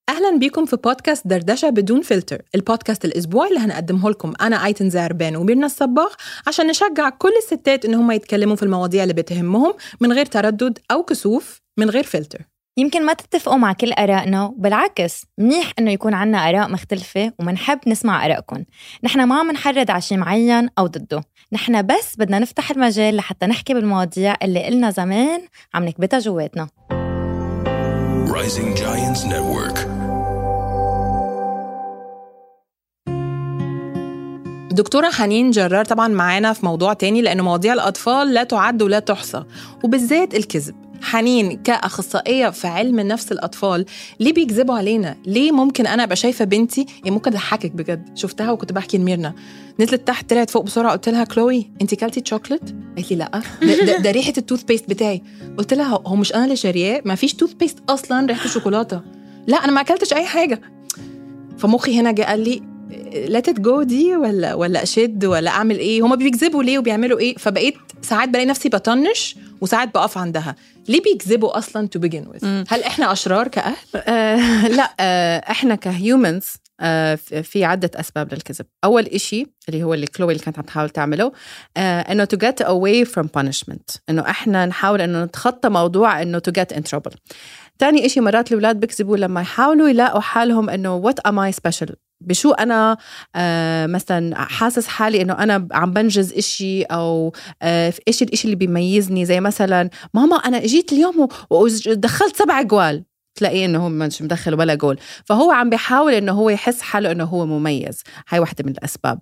أهلا بيكم في بودكاست دردشة بدون فلتر، البودكاست الأسبوعي اللي هنقدمه لكم أنا أيتن زعربان وميرنا الصباغ عشان نشجع كل الستات إن هم يتكلموا في المواضيع اللي بتهمهم من غير تردد أو كسوف، من غير فلتر. يمكن ما تتفقوا مع كل آرائنا، بالعكس منيح إنه يكون عنا آراء مختلفة ومنحب نسمع آرائكم. نحن ما منحرض على شيء معين أو ضده، نحن بس بدنا نفتح المجال لحتى نحكي بالمواضيع اللي قلنا زمان عم نكبتها جواتنا. Rising Giants Network. دكتورة حنين جرار طبعا معانا في موضوع تاني، لأنه مواضيع الأطفال لا تعد ولا تحصى، وبالذات الكذب. حنين كأخصائية في علم نفس الأطفال، ليه بيكذبوا علينا؟ ليه ممكن أنا أبقى شايفة بنتي، يعني ممكن أضحكك بجد، شفتها وكنت بحكي لميرنا، نزلت تحت طلعت فوق بسرعة، قلت لها كلوي أنتي كلتي شوكولات؟ قالت لي لأ، ده ريحة التوث بيست بتاعي. قلت لها هو مش أنا اللي شارياه، ما فيش توث بيست أصلا ريحة شوكولاتة. لا أنا ما أكلتش أي حاجة. فمخي هنا جاء قال لي let it go دي ولا أشد ولا أعمل إيه؟ هما بيكذبوا ليه وبيعملوا إيه؟ فبقيت ساعات بلاقي نفسي بطنش وساعات بقف عندها. ليه بيكذبوا أصلاً to begin with؟ هل إحنا أشرار كأهل؟ لا، إحنا كهيومنز في عدة أسباب للكذب. أول إشي اللي هو اللي كلوي اللي كانت عم تحاول تعمله، إنه to get away from punishment، إنه إحنا نحاول إنه نتخطى موضوع إنه to get in trouble. تاني إشي، مرات الأولاد بيكذبوا لما يحاولوا يلاقوا حالهم إنه what am I special، بشو أنا مثلا حاسس حالي إنه أنا عم بنجز إشي، أو إيش الإشي اللي بيميزني، زي مثلا ماما أنا جيت اليوم ودخلت 7 جوال، تلاقيه إنه هو مش مدخل ولا جول. فهو عم بيحاول إنه هو يحس حاله إنه هو مميز. هاي واحدة من الأسباب.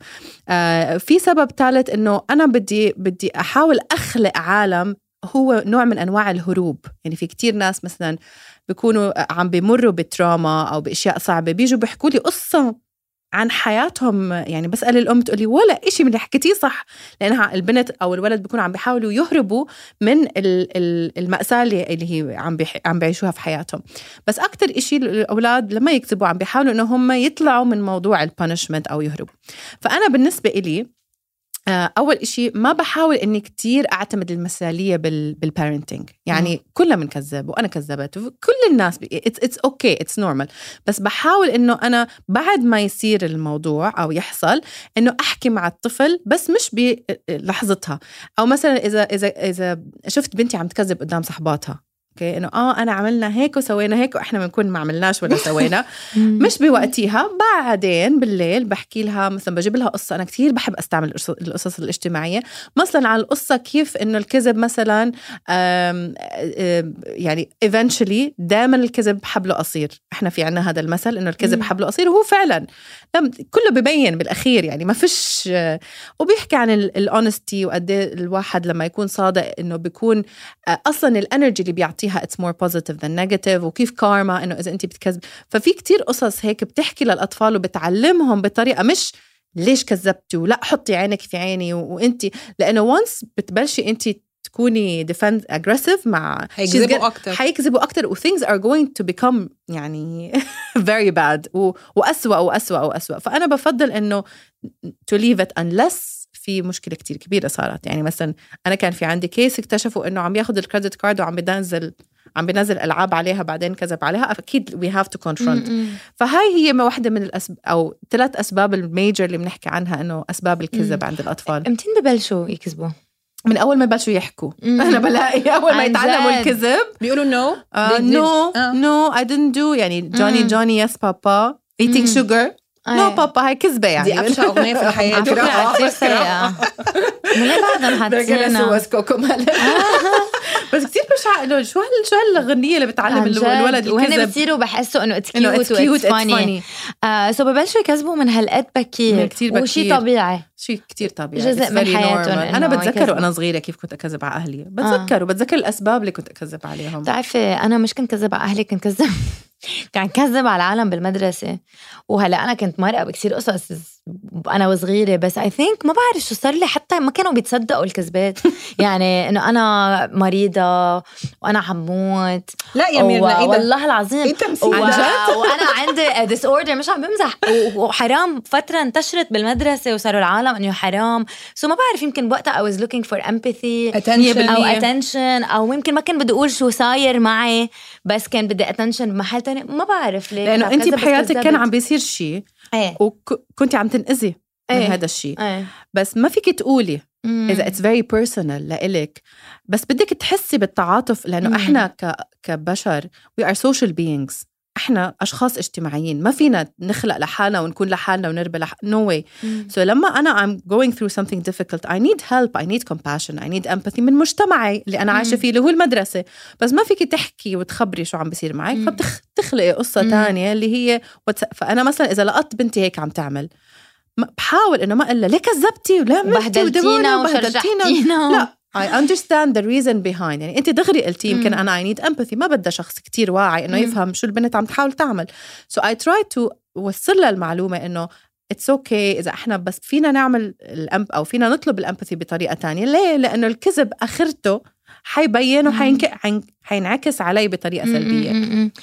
في سبب ثالث، إنه أنا بدي أحاول أخلق عالم هو نوع من أنواع الهروب. يعني في كتير ناس مثلا بيكونوا عم بيمروا بتراما أو بأشياء صعبة، بيجوا بيحكوا لي قصة عن حياتهم، يعني بسأل الأم تقولي ولا إشي من اللي حكيتيه صح، لأنها البنت أو الولد بيكونوا عم بيحاولوا يهربوا من المأساة اللي هي عم بيعيشوها في حياتهم. بس أكتر إشي الأولاد لما يكذبوا عم بيحاولوا إنه هم يطلعوا من موضوع البانشمنت أو يهربوا. فأنا بالنسبة إلي أول إشي ما بحاول إني كتير أعتمد المثالية بالبارنتينج. يعني كلنا بنكذب وأنا كذبت كل الناس it's okay it's normal، بس بحاول إنه أنا بعد ما يصير الموضوع أو يحصل إنه أحكي مع الطفل، بس مش بلحظتها. أو مثلا إذا شفت بنتي عم تكذب قدام صحباتها، اوكي، انه انا عملنا هيك وسوينا هيك واحنا بنكون ما عملناش ولا سوينا، مش بوقتها، بعدين بالليل بحكي لها مثلا، بجيب لها قصه. انا كتير بحب استعمل القصص الاجتماعيه، مثلا على القصه كيف انه الكذب مثلا يعني eventually دائما الكذب حبله قصير. احنا في عنا هذا المثل انه الكذب حبله قصير، وهو فعلا كله ببين بالاخير، يعني ما فيش. وبيحكي عن الاونستي وقد ايه الواحد لما يكون صادق انه بيكون اصلا الانرجي اللي بيعطيها it's more positive than negative، وكيف كارما انه اذا انت بتكذب. ففي كتير قصص هيك بتحكي للاطفال وبتعلمهم بطريقه مش ليش كذبتي، ولا حطي عينك في عيني وانت، لانه once بتبلشي انت تكوني defend aggressive مع حيكذبوا أكتر و things are going to become يعني very bad وأسوأ وأسوأ وأسوأ. فأنا بفضل إنه to leave it unless في مشكلة كتير كبيرة صارت. يعني مثلا أنا كان في عندي كيس اكتشفوا إنه عم ياخد الكريدت كارد وعم بينزل ألعاب عليها، بعدين كذب عليها. أكيد we have to confront. فهاي هي واحدة من أو 3 أسباب الميجر اللي بنحكي عنها إنه أسباب الكذب عند الأطفال. امتين ببلشوا يكذبوا؟ من أول ما يبلشوا يحكوا. أنا بلاقي أول ما يتعلموا الكذب بيقولوا no I didn't do، يعني Johnny yes papa eating sugar no بابا. هاي كذبة يعني. دي أبشع أغنية في الحياة. كثير سيئة. من بعدهم حاتينا بس كتير بشع إنه شو هالغنية اللي بتعلم الولد الكذب، وهنا بتصيروا بحسوا إنه it's cute funny. سو ببلشوا يكذبوا من هالقد بكير، وشي طبيعي، شيء كتير طبيعي، جزء من حياتهم. أنا بتذكر وأنا صغيرة كيف كنت أكذب على أهلي، بتذكر الأسباب اللي كنت أكذب عليهم. تعرفي أنا مش كنت كذب على أهلي، كنت كذب على العالم بالمدرسة. وهلا أنا كنت مرقة بكثير قصص أنا وصغيرة، بس I think ما بعرف شو صار لي، حتى ما كانوا بيتصدقوا الكذبات. يعني إنه أنا مريضة وأنا حموت. لا يا ميرنا، والله العظيم. إيه تمثيل؟ وأنا ديس اوردر، مش عم بمزح. وحرام فتره انتشرت بالمدرسه وصاروا العالم انه حرام. سو ما بعرف، يمكن وقتها I was looking for empathy او attention، او يمكن ما كان بدي اقول شو صاير معي، بس كان بدي attention بمحل تاني. ما بعرف ليه، لانه انت بحياتك كان عم بيصير شيء وكنتي عم تنأذي من هذا الشيء. بس ما فيك تقولي إذا it's very personal لإلك، بس بدك تحسي بالتعاطف، لأنه إحنا كبشر we are social beings، إحنا أشخاص اجتماعيين، ما فينا نخلق لحالنا ونكون لحالنا ونربي no way. So لما أنا I'm going through something difficult I need help, I need compassion, I need empathy من مجتمعي اللي أنا عايشة فيه اللي هو المدرسة. بس ما فيك تحكي وتخبري شو عم بيصير معك، فبتخلقي قصة تانية اللي هي فأنا مثلا إذا لقطت بنتي هيك عم تعمل، بحاول إنه ما أقول ليه كذبتي ولا بهدلتينا وشرجحتينا، لا I understand the reason behind. يعني أنت دغري قلتي يمكن أنا I need empathy، ما بدأ شخص كتير واعي إنه يفهم شو البنت عم تحاول تعمل. So I try to وصل لها المعلومة إنه it's okay إذا إحنا بس فينا نعمل أو فينا نطلب الأمباثي بطريقة تانية. ليه؟ لأنه الكذب آخرته حيبين وحينعكس علي بطريقة سلبية.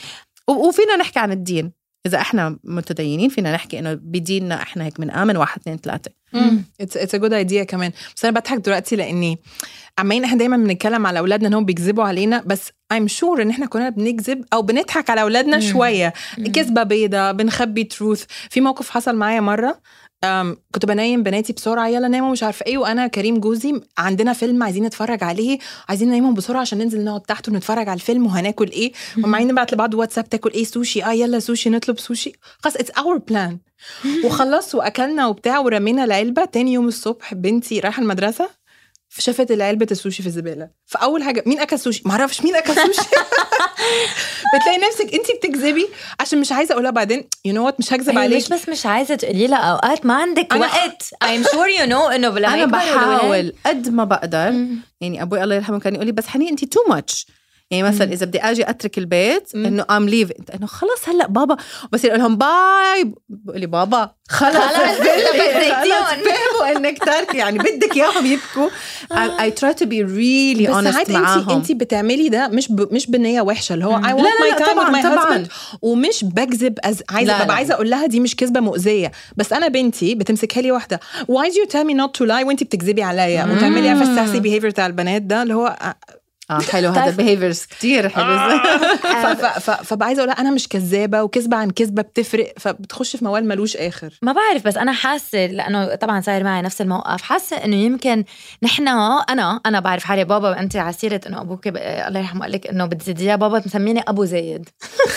وفينا نحكي عن الدين، إذا إحنا متدينين فينا نحكي إنه بديننا إحنا هيك من آمن 1 2 3. It's a good idea كمان. بس أنا بضحك دلوقتي لأني عمين إحنا دايما بنتكلم على أولادنا إنهم بيكذبوا علينا، بس I'm sure إن إحنا كنا بنكذب أو بنضحك على أولادنا شوية، كذبة بيضة، بنخبي truth. في موقف حصل معايا مرة، كنت بنايم بناتي بسرعة، يلا نايموا مش عارفة ايه، وانا كريم جوزي عندنا فيلم عايزين نتفرج عليه، عايزين نايمهم بسرعة عشان ننزل نقعد تحت ونتفرج على الفيلم وهناكل ايه، ومعين نبعت لبعض واتساب تاكل ايه، سوشي، يلا سوشي، نطلب سوشي، خلاص it's our plan. وخلص واكلنا وبتاع ورمينا العلبة. تاني يوم الصبح بنتي رايحة المدرسة شافت العلبة السوشي في الزبالة، فأول حاجة مين أكل سوشي؟ معرفش مين أكل سوشي. بتلاقي نفسك أنتي بتكذبي عشان مش عايزة أقولها بعدين you know what، مش هكذب عليك. مش بس مش عايزة تقولي لها، أوقات ما عندك وقت. I'm sure you know إنه أنا بحاول قد ما بقدر. يعني أبوي الله يرحمه كان يقولي بس حنين أنتي too much. يعني مثلا إذا بدي أجي أترك البيت إنه I'm leaving، إنه خلاص هلأ بابا، بس يقول لهم باي، بقولي بابا خلاص فهموا إنك ترك، يعني بدك ياهم يبكوا. I try to be really honest معاهم. أنتي بتعملي ده مش بنية وحشة، اللي هو I want my time with my husband، ومش بكذب عايزة ببقى عايزة أقول لها دي مش كذبة مؤذية، بس أنا بنتي بتمسكها لي واحدة why do you tell me not to lie وأنتي بتكذبي عليا وتعملي عارفة الساسي behavior تاع البنات ده اللي هو حلو. هذا behaviors كتير حلو. فبقى عايزة أقولها أنا مش كذابة، وكذبة عن كذبة بتفرق، فبتخش في موال ملوش آخر. ما بعرف، بس أنا حاسة لأنه طبعا صاير معي نفس الموقف، حاسة إنه يمكن نحنا أنا بعرف حالي بابا، أنت عسيرة إنه أبوك الله يرحمه قال لك إنه بتزيديها، بابا مسميني أبو زايد.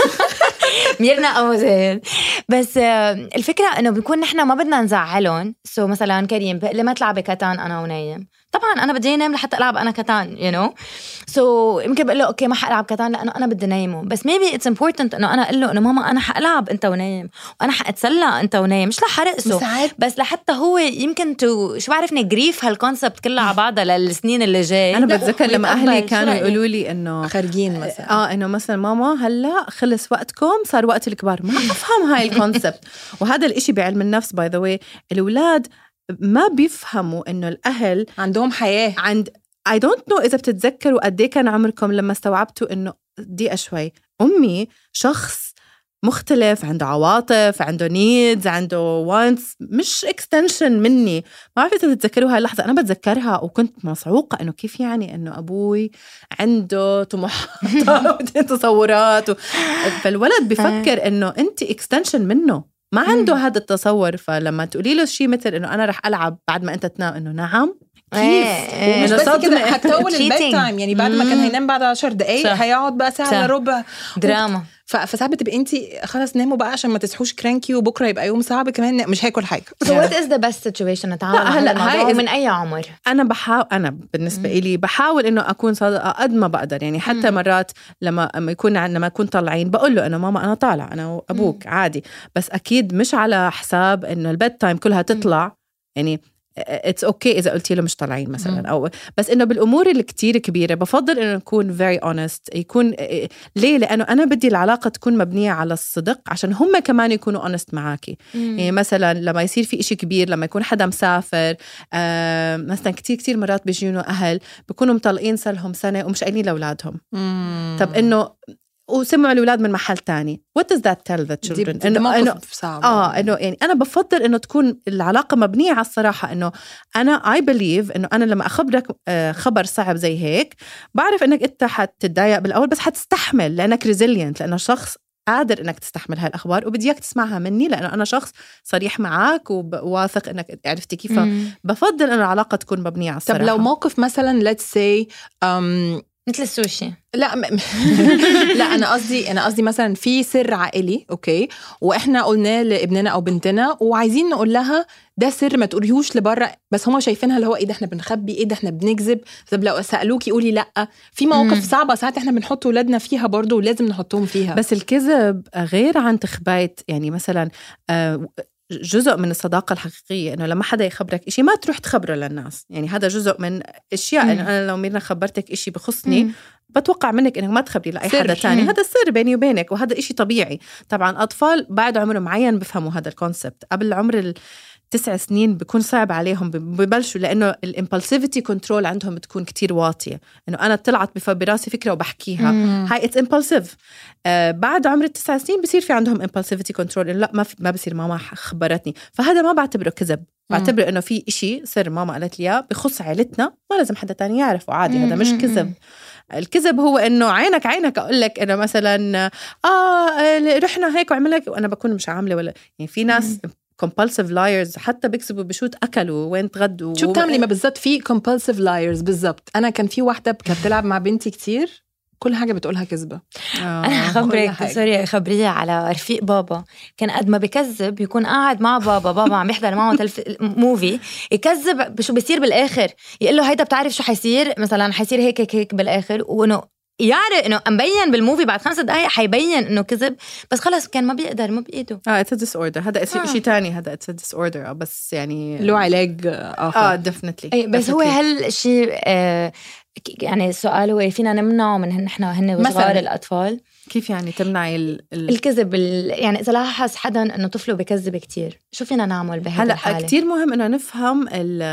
ميرنا أبو زايد. بس الفكرة إنه بنكون نحنا ما بدنا نزعلهم. سو مثلا كريم لما تلعبي كتان أنا ونايم، طبعا أنا بدي أنام لحتى ألعب أنا كتان you know. سو يمكن بقول له أوكي ما حألعب كتان لأنه أنا بدي نايمه، بس maybe it's important إنه أنا أقول له إنه ماما أنا حألعب أنت ونايم، وأنا حأتسلى أنت ونايم، مش لحرقسه بس لحتى هو يمكن شو بعرفني جريف هالكونسبت كلها على بعضها للسنين اللي جاي. أنا بتذكر لما أهلي كانوا يقولوا لي إنه خارجين مثلا إنه مثلا ماما هلا خلص وقتكم صار وقت الكبار، ما أفهم هاي الكونسبت. وهذا الإشي بعلم النفس باي ذا واي، الأولاد ما بيفهموا إنه الأهل عندهم حياة. I don't know إذا بتتذكروا قد إيه كان عمركم لما استوعبتوا إنه دقيقة شوي أمي شخص مختلف، عنده عواطف، عنده needs، عنده wants، مش extension مني. ما عرفت إذا تتذكروا هاي اللحظة، أنا بتذكرها وكنت مصعوقة إنه كيف يعني إنه أبوي عنده طموحات وتصورات فالولد بيفكر إنه أنت extension منه، ما عنده هذا التصور. فلما تقولي له شيء مثل إنه أنا رح ألعب بعد ما أنت تنام، إنه نعم كيف؟ مش بس كده، هتطول البيت تايم، يعني بعد ما كان هينام بعد 10 دقايق هيقعد بقى ساعة إلا ربع دراما. فساعات بتبقي انتي خلاص ناموا بقى عشان ما تصحوش كرانكي وبكره يبقى يوم صعب كمان مش هاكل حاجه. So what is the best situation نتعامل مع الموضوع من اي عمر؟ انا بالنسبه لي بحاول انه اكون صادقه قد ما بقدر. يعني حتى مرات لما يكون طالعين بقول له انه ماما انا طالع انا وابوك عادي، بس اكيد مش على حساب انه البيت تايم كلها تطلع. يعني it's okay إذا قلتي له مش طالعين مثلا أو بس إنه بالأمور اللي كتير كبيرة بفضل إنه نكون very honest. يكون ليه؟ لأنه أنا بدي العلاقة تكون مبنية على الصدق عشان هم كمان يكونوا honest معاكي. يعني مثلا لما يصير في إشي كبير، لما يكون حدا مسافر مثلا كتير مرات بيجيونوا أهل بيكونوا مطلقين صار لهم سنة ومش قايلين لأولادهم. طب إنه وسمعوا الأولاد من محل تاني. What does that tell the children؟ إنه صعب. إنه يعني أنا بفضل إنه تكون العلاقة مبنية على الصراحة. إنه أنا I believe إنه أنا لما أخبرك خبر صعب زي هيك بعرف إنك أنت حتتضايق بالأول بس حتستحمل لأنك resilient، لأنه شخص قادر إنك تستحمل هاي الأخبار وبديك تسمعها مني لأنه أنا شخص صريح معك وواثق إنك عرفتي كيف. بفضل إن العلاقة تكون مبنية على الصراحة. طب لو موقف مثلا let's say مثل السوشي. لا لا انا قصدي مثلا في سر عائلي اوكي واحنا قلناه لابننا او بنتنا وعايزين نقول لها ده سر ما تقوليهوش لبره، بس هما شايفينها اللي هو ايه ده احنا بنخبي، ايه ده احنا بنكذب. طب لو سالوكي قولي لا. في مواقف صعبه ساعات احنا بنحط ولادنا فيها برضو ولازم نحطهم فيها. بس الكذب غير عن تخبايت. يعني مثلا جزء من الصداقة الحقيقية إنه لما حدا يخبرك إشي ما تروح تخبره للناس. يعني هذا جزء من أشياء. إنه أنا لو ميرنا خبرتك إشي بخصني بتوقع منك إنك ما تخبري لأي حدا تاني. هذا السر بيني وبينك وهذا إشي طبيعي. طبعا أطفال بعد عمر معين بفهموا هذا الكونسبت. قبل عمر 9 سنين بيكون صعب عليهم ببلشوا لأنه الامبulsivity كنترول عندهم بتكون كتير واطية. إنه أنا طلعت براسي فكرة وبحكيها هاي it's impulsive. بعد عمر 9 سنين بصير في عندهم impulsivity كنترول إنه لا ما بصير ماما خبرتني. فهذا ما بعتبره كذب، بعتبره إنه في إشي سر ماما قالت لي بخص عائلتنا ما لازم حدا تاني يعرفه عادي. هذا مش كذب. الكذب هو إنه عينك أقول لك إنه مثلا رحنا هيك وعملك وأنا بكون مش عاملة ولا. يعني في ناس compulsive liars حتى بيكسبوا بشوت أكلوا وين تغدوا. شو بتعملي؟ ما بالضبط في compulsive liars بالضبط. أنا كان في واحدة كانت تلعب مع بنتي كتير كل حاجة بتقولها كذبة. أنا خبرك سوري خبرية على رفيق بابا كان قد ما بكذب يكون قاعد مع بابا عم يحضر معه موفي يكذب بشو بيصير بالآخر. يقول له هيدا بتعرف شو حيصير مثلا حيصير هيك بالآخر وإنه يعرف إنه مبين بالموفي بعد 5 دقايق حيبين إنه كذب بس خلاص كان ما بيقدر ما بإيده. it's a disorder. هذا شيء تاني. هذا it's a disorder بس يعني له علاج آخر. definitely. بس هو هالشيء يعني السؤال هو فينا نمنعه من هن وصغار الأطفال. كيف يعني تمنعي الكذب؟ يعني إذا لاحظ حدا إنه طفله بكذب كتير شو فينا نعمل بهذا الحالة؟ هلأ كتير مهم إنه نفهم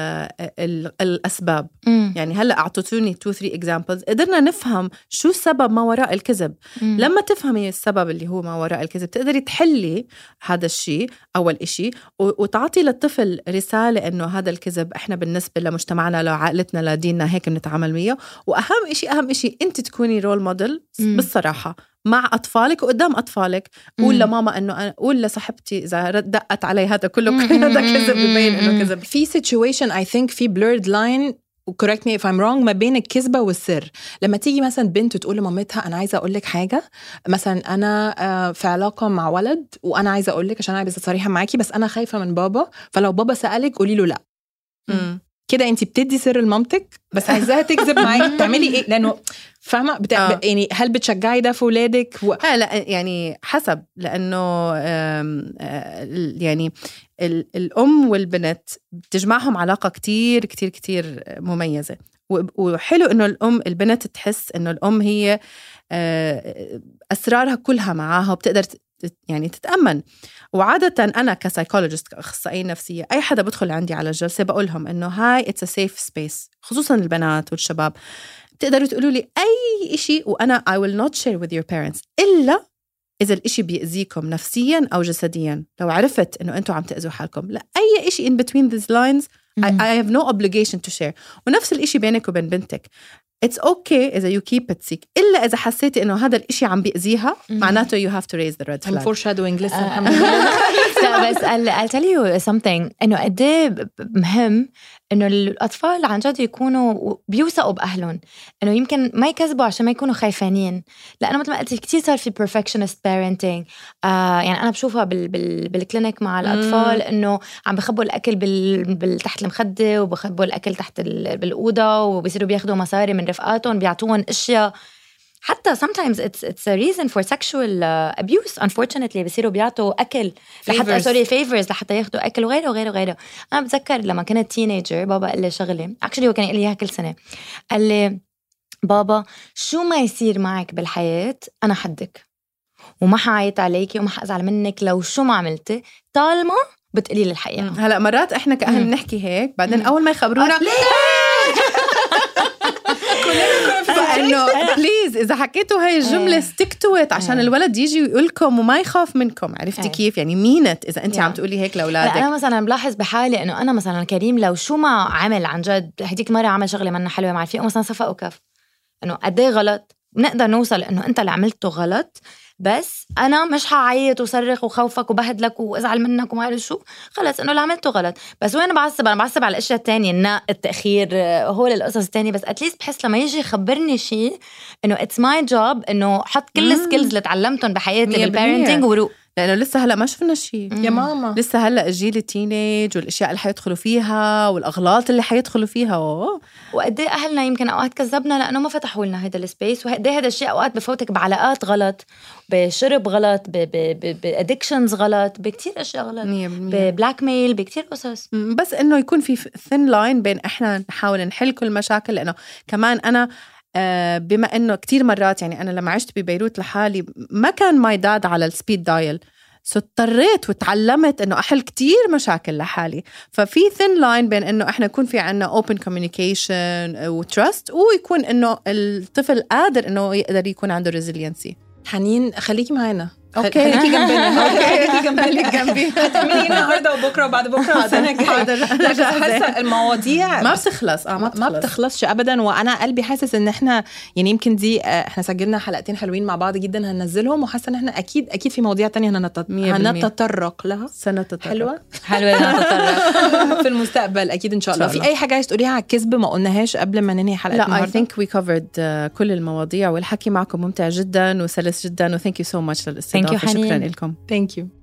الأسباب. يعني هلأ أعطتوني 2-3 examples قدرنا نفهم شو السبب ما وراء الكذب. لما تفهمي السبب اللي هو ما وراء الكذب تقدري تحلي هذا الشيء أول إشي وتعطي للطفل رسالة إنه هذا الكذب إحنا بالنسبة لمجتمعنا لعائلتنا لديننا هيك بنتعامل وياه. وأهم إشي أنت تكوني رول موديل بالصراحة مع أطفالك وقدام أطفالك. قول لماما إنه قول لصاحبتي إذا دقت علي هذا كله هذا كذب ببين إنه كذب. في situation I think في blurred line correct me if I'm wrong ما بين الكذبة والسر. لما تيجي مثلا بنت تقول لمامتها أنا عايزة أقول لك حاجة مثلا أنا في علاقة مع ولد وأنا عايزة أقول لك عشان أنا عايزة صريحة معاكي بس أنا خايفة من بابا فلو بابا سألك قولي له لا. كده انتي بتدي سر لمامتك بس عايزاها تكذب معاكي. تعملي ايه؟ لانه فاهمه يعني هل بتشجعي ده في ولادك لا يعني حسب. لانه يعني الام والبنت بتجمعهم علاقه كتير كتير كتير مميزه. وحلو انه البنت تحس انه الام هي اسرارها كلها معاها وبتقدر يعني تتأمن. وعادة أنا كسايكولوجيست كأخصائية نفسية أي حدا بدخل عندي على الجلسة بقولهم إنه هاي it's a safe space خصوصاً البنات والشباب. بتقدروا تقولوا لي أي إشي وأنا I will not share with your parents إلا إذا الإشي بيأذيكم نفسياً أو جسدياً. لو عرفت إنه أنتوا عم تأذوا حالكم لا أي إشي in between these lines I have no obligation to share. ونفس الإشي بينك وبين بنتك it's okay إذا you keep it secret إلا إذا حسيتي إنه هذا الإشي عم بيأذيها معناته you have to raise the red flag. I'm foreshadowing لسه الحمد لله. لا بس I'll tell you something إنه قديه مهم إنه الأطفال عن جد يكونوا بيوثقوا بأهلهم. إنه يمكن ما يكذبوا عشان ما يكونوا خايفانين. لأنه مثل ما قلت كتير صار في perfectionist parenting. يعني أنا بشوفها بالكلينيك مع الأطفال إنه عم بخبوا الأكل تحت المخدة وبخبوا الأكل تحت بالأوضة وبيصيروا بياخدوا مصاري من رفقاتهم بيعطوهم أشياء. حتى sometimes it's a reason for sexual abuse unfortunately. بيصيروا بيعطوا أكل لحتى favors لحتى ياخدوا أكل وغيره. أنا بتذكر لما كنت teenager بابا قال لي شغلة actually هو كان يقول لي إياها كل سنة. قال لي بابا شو ما يصير معك بالحياة أنا حدك وما حعيط عليكي وما حأزعل منك لو شو ما عملتي طالما بتقولي لي الحقيقة. هلأ مرات إحنا كأهل نحكي هيك بعدين أول ما يخبرونا فانه بليز اذا حكيتوا هاي الجمله ستيك تو ات عشان الولد يجي ويقول لكم وما يخاف منكم. عرفتي كيف يعني مينت اذا انت عم تقولي هيك لاولادك. انا مثلا بلاحظ بحالي انه انا مثلا كريم لو شو ما عمل عن جد هديك مره عمل شغله منا حلوه مع رفيقه مثلا صفق وكف انه قد ايه غلط بنقدر نوصل انه انت اللي عملته غلط بس انا مش هعيط وصرخ وخوفك وبهدلك وازعل منك وما اعرف شو خلص انه اللي عملته غلط. بس وين انا بعصب على الاشياء التانية النق التاخير هول القصص التانية بس اتليست بحس لما يجي يخبرني شيء انه اتس ماي جوب انه حط كل السكيلز اللي تعلمتهم بحياتي بالبارنتنج وروق لأنه لسه هلأ ما شفنا شيء يا ماما. لسه هلأ الجيل التينيج والأشياء اللي حيدخلوا فيها والأغلاط اللي حيدخلوا فيها وقد ايه أهلنا يمكن أوقات كذبنا لأنه ما فتحوا لنا هذا السبيس. وقد ايه هذا الشيء أوقات بفوتك بعلاقات غلط بشرب غلط بأدكشنز غلط بكتير أشياء غلط ببلاك ميل بكتير قصص. بس إنه يكون في ثين لاين بين إحنا نحاول نحل كل المشاكل. لأنه كمان أنا بما انه كتير مرات يعني انا لما عشت ببيروت لحالي ما كان ماي داد على السبيد دايل اضطريت وتعلمت انه احل كتير مشاكل لحالي. ففي ثين لاين بين انه احنا يكون في عنا اوبن كوميونيكيشن وتراست ويكون انه الطفل قادر انه يقدر يكون عنده ريزيلينسي. حنين خليكي معنا. اوكي خليكي جنبنا. خليكي جنبي هتعملي النهارده وبكره وبعد بكره والسنه الجايه. حاسه المواضيع ما بتخلص ما بتخلصش ابدا. وانا قلبي حاسس ان احنا يعني يمكن دي احنا سجلنا حلقتين حلوين مع بعض جدا هننزلهم وحاسه ان احنا اكيد في مواضيع تانية هنتطرق لها. حلوه نتطرق في المستقبل اكيد ان شاء الله. في اي حاجه عايز تقوليها على الكذب ما قلناهاش قبل ما ننهي حلقه النهارده؟ لا I think we covered كل المواضيع والحكي معكم ممتع جدا وسلس جدا و thank you so much للاستضافه. شكرا لكم. Thank you.